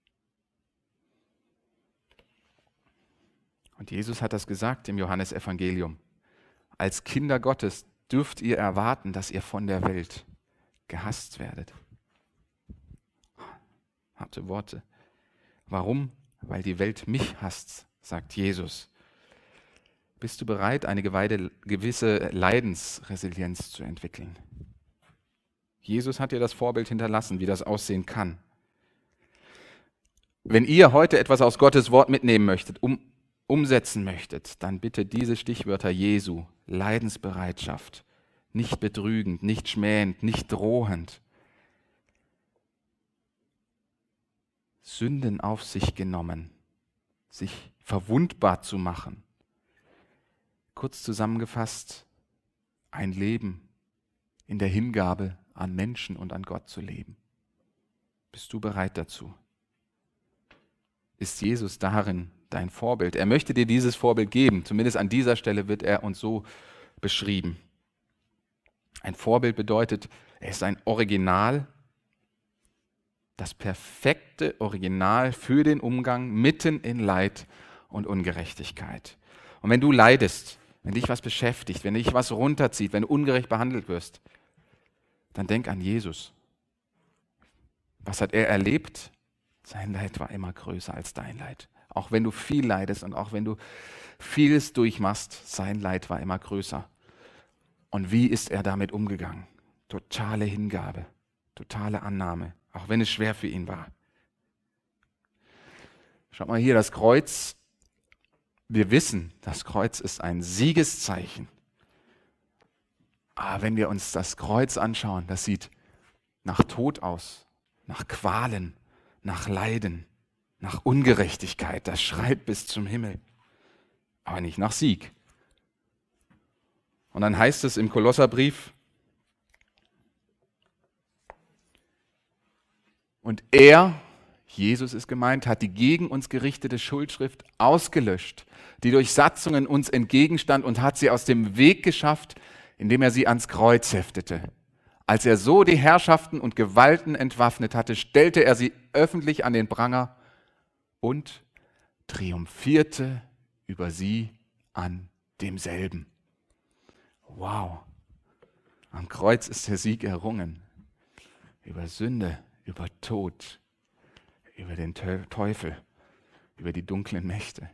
Und Jesus hat das gesagt im Johannesevangelium. Als Kinder Gottes dürft ihr erwarten, dass ihr von der Welt gehasst werdet. Harte Worte. Warum? Weil die Welt mich hasst, sagt Jesus. Bist du bereit, eine gewisse Leidensresilienz zu entwickeln? Jesus hat dir das Vorbild hinterlassen, wie das aussehen kann. Wenn ihr heute etwas aus Gottes Wort mitnehmen möchtet, um, umsetzen möchtet, dann bitte diese Stichwörter Jesu, Leidensbereitschaft, nicht betrügend, nicht schmähend, nicht drohend. Sünden auf sich genommen, sich verwundbar zu machen. Kurz zusammengefasst, ein Leben in der Hingabe an Menschen und an Gott zu leben. Bist du bereit dazu? Ist Jesus darin dein Vorbild? Er möchte dir dieses Vorbild geben. Zumindest an dieser Stelle wird er uns so beschrieben. Ein Vorbild bedeutet, er ist ein Original, das perfekte Original für den Umgang mitten in Leid und Ungerechtigkeit. Und wenn du leidest, wenn dich was beschäftigt, wenn dich was runterzieht, wenn du ungerecht behandelt wirst, dann denk an Jesus. Was hat er erlebt? Sein Leid war immer größer als dein Leid. Auch wenn du viel leidest und auch wenn du vieles durchmachst, sein Leid war immer größer. Und wie ist er damit umgegangen? Totale Hingabe, totale Annahme, auch wenn es schwer für ihn war. Schaut mal hier, das Kreuz. Wir wissen, das Kreuz ist ein Siegeszeichen. Aber wenn wir uns das Kreuz anschauen, das sieht nach Tod aus, nach Qualen, nach Leiden, nach Ungerechtigkeit. Das schreit bis zum Himmel, aber nicht nach Sieg. Und dann heißt es im Kolosserbrief, und er, Jesus ist gemeint, hat die gegen uns gerichtete Schuldschrift ausgelöscht, die durch Satzungen uns entgegenstand und hat sie aus dem Weg geschafft, indem er sie ans Kreuz heftete. Als er so die Herrschaften und Gewalten entwaffnet hatte, stellte er sie öffentlich an den Pranger und triumphierte über sie an demselben. Wow, am Kreuz ist der Sieg errungen. Über Sünde, über Tod, über den Teufel, über die dunklen Mächte.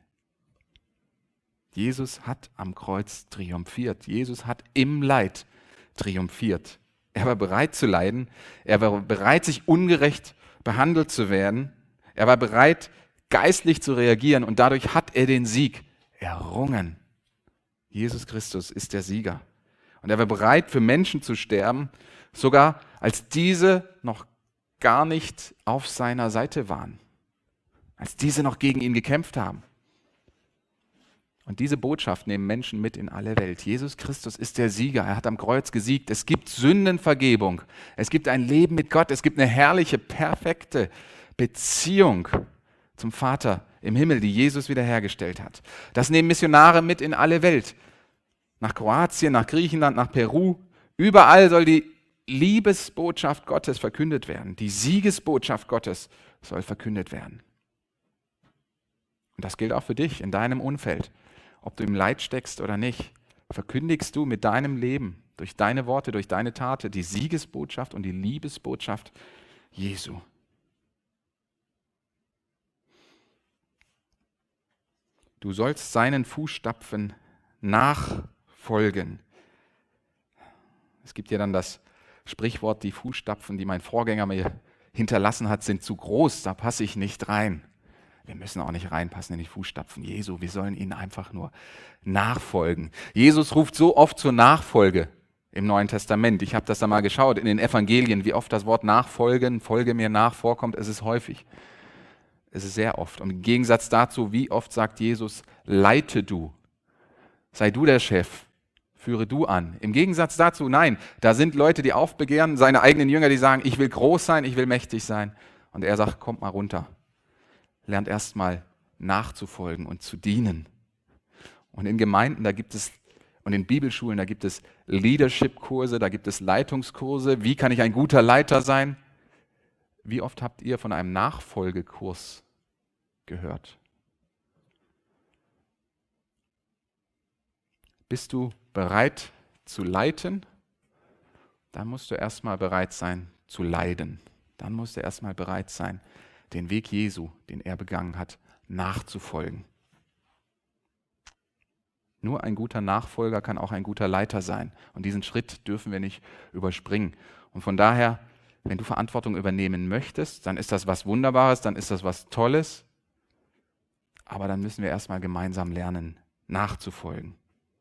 Jesus hat am Kreuz triumphiert. Jesus hat im Leid triumphiert. Er war bereit zu leiden. Er war bereit, sich ungerecht behandelt zu werden. Er war bereit, geistlich zu reagieren. Und dadurch hat er den Sieg errungen. Jesus Christus ist der Sieger. Und er war bereit, für Menschen zu sterben, sogar als diese noch gar nicht auf seiner Seite waren. Als diese noch gegen ihn gekämpft haben. Und diese Botschaft nehmen Menschen mit in alle Welt. Jesus Christus ist der Sieger. Er hat am Kreuz gesiegt. Es gibt Sündenvergebung. Es gibt ein Leben mit Gott. Es gibt eine herrliche, perfekte Beziehung zum Vater im Himmel, die Jesus wiederhergestellt hat. Das nehmen Missionare mit in alle Welt. Nach Kroatien, nach Griechenland, nach Peru. Überall soll die Liebesbotschaft Gottes verkündet werden. Die Siegesbotschaft Gottes soll verkündet werden. Und das gilt auch für dich in deinem Umfeld. Ob du im Leid steckst oder nicht, verkündigst du mit deinem Leben, durch deine Worte, durch deine Taten, die Siegesbotschaft und die Liebesbotschaft Jesu. Du sollst seinen Fußstapfen nachfolgen. Es gibt ja dann das Sprichwort, die Fußstapfen, die mein Vorgänger mir hinterlassen hat, sind zu groß, da passe ich nicht rein. Wir müssen auch nicht reinpassen in die Fußstapfen Jesu, wir sollen ihnen einfach nur nachfolgen. Jesus ruft so oft zur Nachfolge im Neuen Testament. Ich habe das da mal geschaut in den Evangelien, wie oft das Wort nachfolgen, folge mir nach vorkommt. Es ist häufig. Es ist sehr oft. Und im Gegensatz dazu, wie oft sagt Jesus, leite du, sei du der Chef, führe du an. Im Gegensatz dazu, nein, da sind Leute, die aufbegehren, seine eigenen Jünger, die sagen, ich will groß sein, ich will mächtig sein. Und er sagt, kommt mal runter. Lernt erst mal nachzufolgen und zu dienen. Und in Gemeinden, da gibt es, und in Bibelschulen, da gibt es Leadership-Kurse, da gibt es Leitungskurse. Wie kann ich ein guter Leiter sein? Wie oft habt ihr von einem Nachfolgekurs gehört? Bist du bereit zu leiten? Dann musst du erstmal bereit sein zu leiden. Dann musst du erstmal bereit sein, den Weg Jesu, den er begangen hat, nachzufolgen. Nur ein guter Nachfolger kann auch ein guter Leiter sein. Und diesen Schritt dürfen wir nicht überspringen. Und von daher, wenn du Verantwortung übernehmen möchtest, dann ist das was Wunderbares, dann ist das was Tolles. Aber dann müssen wir erstmal gemeinsam lernen, nachzufolgen.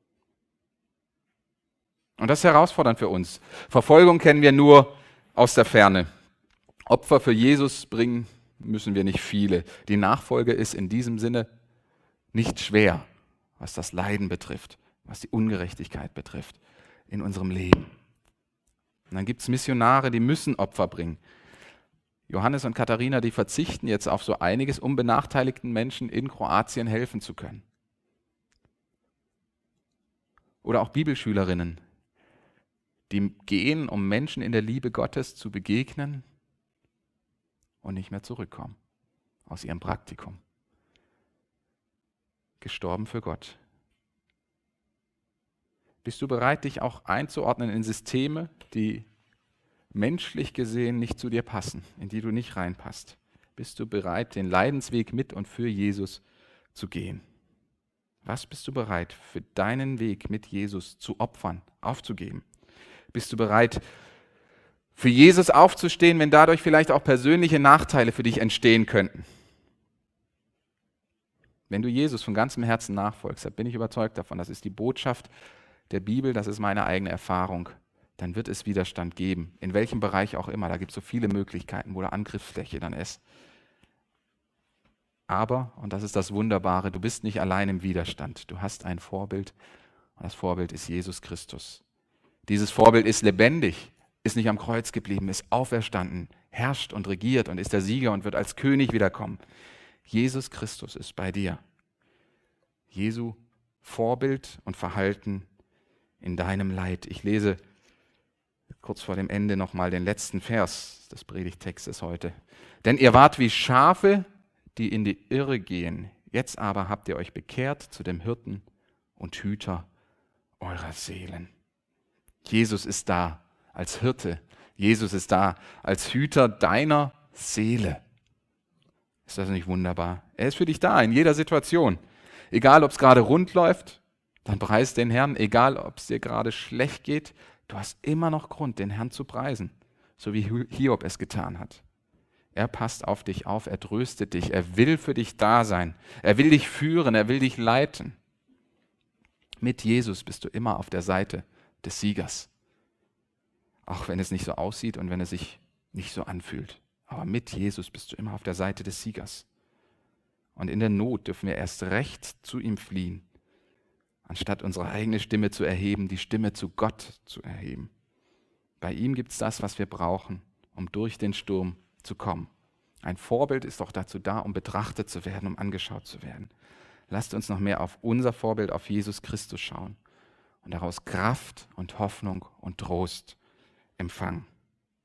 Und das ist herausfordernd für uns. Verfolgung kennen wir nur aus der Ferne. Opfer für Jesus bringen müssen wir nicht viele. Die Nachfolge ist in diesem Sinne nicht schwer, was das Leiden betrifft, was die Ungerechtigkeit betrifft in unserem Leben. Und dann gibt es Missionare, die müssen Opfer bringen. Johannes und Katharina, die verzichten jetzt auf so einiges, um benachteiligten Menschen in Kroatien helfen zu können. Oder auch Bibelschülerinnen, die gehen, um Menschen in der Liebe Gottes zu begegnen und nicht mehr zurückkommen aus ihrem Praktikum. Gestorben für Gott. Bist du bereit, dich auch einzuordnen in Systeme, die menschlich gesehen nicht zu dir passen, in die du nicht reinpasst? Bist du bereit, den Leidensweg mit und für Jesus zu gehen? Was bist du bereit, für deinen Weg mit Jesus zu opfern, aufzugeben? Bist du bereit, für Jesus aufzustehen, wenn dadurch vielleicht auch persönliche Nachteile für dich entstehen könnten? Wenn du Jesus von ganzem Herzen nachfolgst, dann bin ich überzeugt davon, das ist die Botschaft der Bibel, das ist meine eigene Erfahrung, dann wird es Widerstand geben, in welchem Bereich auch immer. Da gibt es so viele Möglichkeiten, wo der Angriffsfläche dann ist. Aber, und das ist das Wunderbare, du bist nicht allein im Widerstand. Du hast ein Vorbild und das Vorbild ist Jesus Christus. Dieses Vorbild ist lebendig, ist nicht am Kreuz geblieben, ist auferstanden, herrscht und regiert und ist der Sieger und wird als König wiederkommen. Jesus Christus ist bei dir. Jesu Vorbild und Verhalten in deinem Leid. Ich lese kurz vor dem Ende nochmal den letzten Vers des Predigtextes heute. Denn ihr wart wie Schafe, die in die Irre gehen. Jetzt aber habt ihr euch bekehrt zu dem Hirten und Hüter eurer Seelen. Jesus ist da als Hirte. Jesus ist da als Hüter deiner Seele. Ist das nicht wunderbar? Er ist für dich da in jeder Situation. Egal, ob es gerade rund läuft, dann preis den Herrn. Egal, ob es dir gerade schlecht geht, du hast immer noch Grund, den Herrn zu preisen, so wie Hiob es getan hat. Er passt auf dich auf, er tröstet dich, er will für dich da sein. Er will dich führen, er will dich leiten. Mit Jesus bist du immer auf der Seite des Siegers. Auch wenn es nicht so aussieht und wenn es sich nicht so anfühlt. Aber mit Jesus bist du immer auf der Seite des Siegers. Und in der Not dürfen wir erst recht zu ihm fliehen, anstatt unsere eigene Stimme zu erheben, die Stimme zu Gott zu erheben. Bei ihm gibt es das, was wir brauchen, um durch den Sturm zu kommen. Ein Vorbild ist doch dazu da, um betrachtet zu werden, um angeschaut zu werden. Lasst uns noch mehr auf unser Vorbild, auf Jesus Christus schauen und daraus Kraft und Hoffnung und Trost empfangen.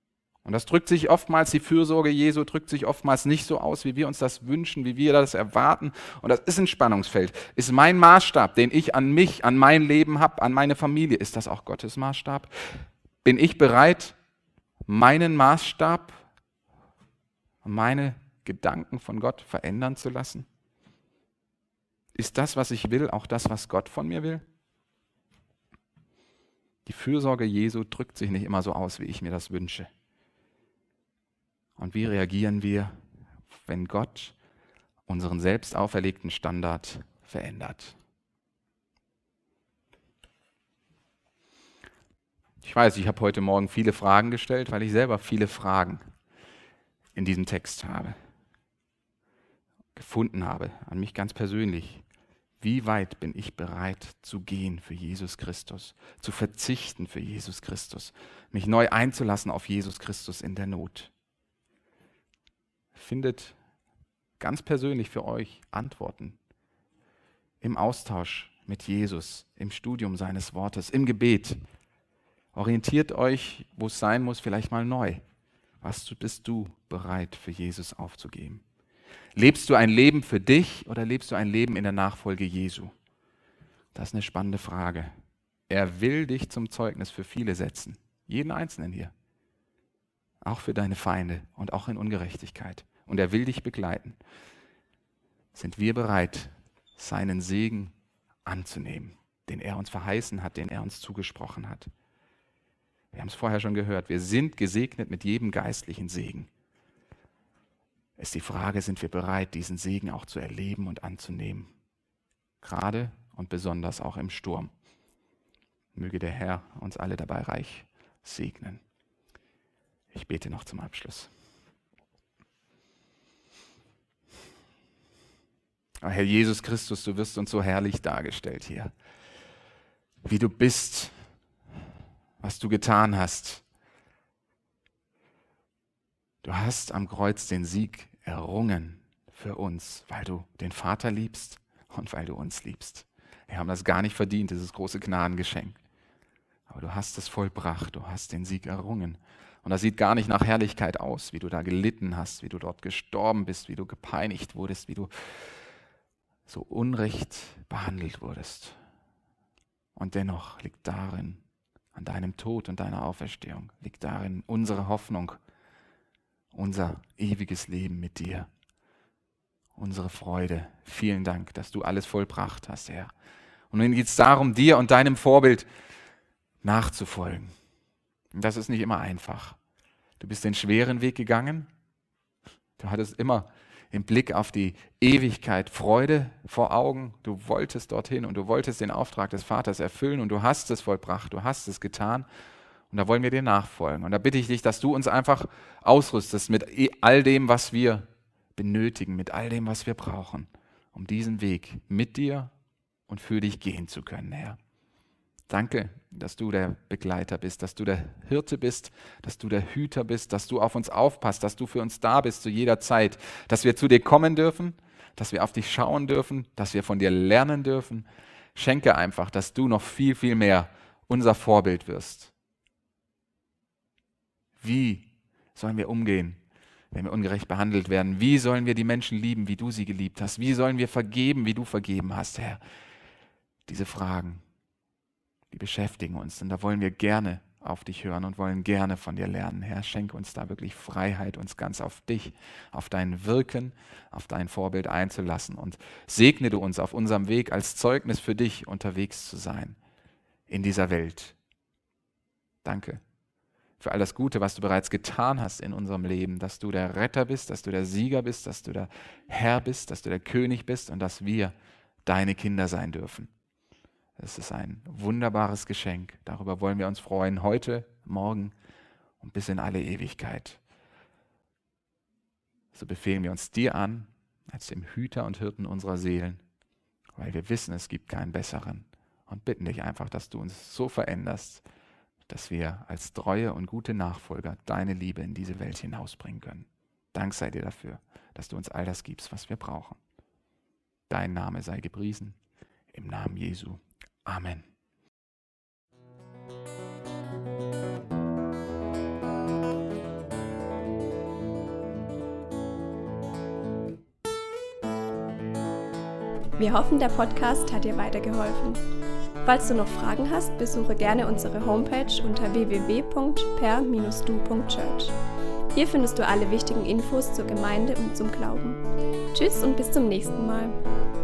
Und das drückt sich oftmals, die Fürsorge Jesu drückt sich oftmals nicht so aus, wie wir uns das wünschen, wie wir das erwarten. Und das ist ein Spannungsfeld. Ist mein Maßstab, den ich an mich, an mein Leben habe, an meine Familie, ist das auch Gottes Maßstab? Bin ich bereit, meinen Maßstab, meine Gedanken von Gott verändern zu lassen? Ist das, was ich will, auch das, was Gott von mir will? Die Fürsorge Jesu drückt sich nicht immer so aus, wie ich mir das wünsche. Und wie reagieren wir, wenn Gott unseren selbst auferlegten Standard verändert? Ich weiß, ich habe heute Morgen viele Fragen gestellt, weil ich selber viele Fragen in diesem Text habe, gefunden habe, an mich ganz persönlich. Wie weit bin ich bereit zu gehen für Jesus Christus, zu verzichten für Jesus Christus, mich neu einzulassen auf Jesus Christus in der Not? Findet ganz persönlich für euch Antworten im Austausch mit Jesus, im Studium seines Wortes, im Gebet. Orientiert euch, wo es sein muss, vielleicht mal neu. Was bist du bereit für Jesus aufzugeben? Lebst du ein Leben für dich oder lebst du ein Leben in der Nachfolge Jesu? Das ist eine spannende Frage. Er will dich zum Zeugnis für viele setzen, jeden Einzelnen hier. Auch für deine Feinde und auch in Ungerechtigkeit. Und er will dich begleiten. Sind wir bereit, seinen Segen anzunehmen, den er uns verheißen hat, den er uns zugesprochen hat? Wir haben es vorher schon gehört, wir sind gesegnet mit jedem geistlichen Segen. Es ist die Frage, sind wir bereit, diesen Segen auch zu erleben und anzunehmen? Gerade und besonders auch im Sturm. Möge der Herr uns alle dabei reich segnen. Ich bete noch zum Abschluss. Oh Herr Jesus Christus, du wirst uns so herrlich dargestellt hier, wie du bist, was du getan hast. Du hast am Kreuz den Sieg errungen für uns, weil du den Vater liebst und weil du uns liebst. Wir haben das gar nicht verdient, dieses große Gnadengeschenk. Aber du hast es vollbracht, du hast den Sieg errungen. Und das sieht gar nicht nach Herrlichkeit aus, wie du da gelitten hast, wie du dort gestorben bist, wie du gepeinigt wurdest, wie du so unrecht behandelt wurdest. Und dennoch liegt darin, an deinem Tod und deiner Auferstehung, liegt darin unsere Hoffnung, unser ewiges Leben mit dir, unsere Freude. Vielen Dank, dass du alles vollbracht hast, Herr. Und nun geht es darum, dir und deinem Vorbild nachzufolgen. Und das ist nicht immer einfach. Du bist den schweren Weg gegangen. Du hattest immer im Blick auf die Ewigkeit Freude vor Augen. Du wolltest dorthin und du wolltest den Auftrag des Vaters erfüllen und du hast es vollbracht, du hast es getan. Und da wollen wir dir nachfolgen. Und da bitte ich dich, dass du uns einfach ausrüstest mit all dem, was wir benötigen, mit all dem, was wir brauchen, um diesen Weg mit dir und für dich gehen zu können, Herr. Danke, dass du der Begleiter bist, dass du der Hirte bist, dass du der Hüter bist, dass du auf uns aufpasst, dass du für uns da bist zu jeder Zeit, dass wir zu dir kommen dürfen, dass wir auf dich schauen dürfen, dass wir von dir lernen dürfen. Schenke einfach, dass du noch viel, viel mehr unser Vorbild wirst. Wie sollen wir umgehen, wenn wir ungerecht behandelt werden? Wie sollen wir die Menschen lieben, wie du sie geliebt hast? Wie sollen wir vergeben, wie du vergeben hast, Herr? Diese Fragen, die beschäftigen uns. Und da wollen wir gerne auf dich hören und wollen gerne von dir lernen. Herr, schenke uns da wirklich Freiheit, uns ganz auf dich, auf dein Wirken, auf dein Vorbild einzulassen. Und segne du uns auf unserem Weg als Zeugnis für dich unterwegs zu sein in dieser Welt. Danke für all das Gute, was du bereits getan hast in unserem Leben, dass du der Retter bist, dass du der Sieger bist, dass du der Herr bist, dass du der König bist und dass wir deine Kinder sein dürfen. Es ist ein wunderbares Geschenk. Darüber wollen wir uns freuen, heute, morgen und bis in alle Ewigkeit. So befehlen wir uns dir an, als dem Hüter und Hirten unserer Seelen, weil wir wissen, es gibt keinen besseren. Und bitten dich einfach, dass du uns so veränderst, dass wir als treue und gute Nachfolger deine Liebe in diese Welt hinausbringen können. Dank sei dir dafür, dass du uns all das gibst, was wir brauchen. Dein Name sei gepriesen, im Namen Jesu. Amen. Wir hoffen, der Podcast hat dir weitergeholfen. Falls du noch Fragen hast, besuche gerne unsere Homepage unter w w w punkt per Bindestrich du punkt church. Hier findest du alle wichtigen Infos zur Gemeinde und zum Glauben. Tschüss und bis zum nächsten Mal.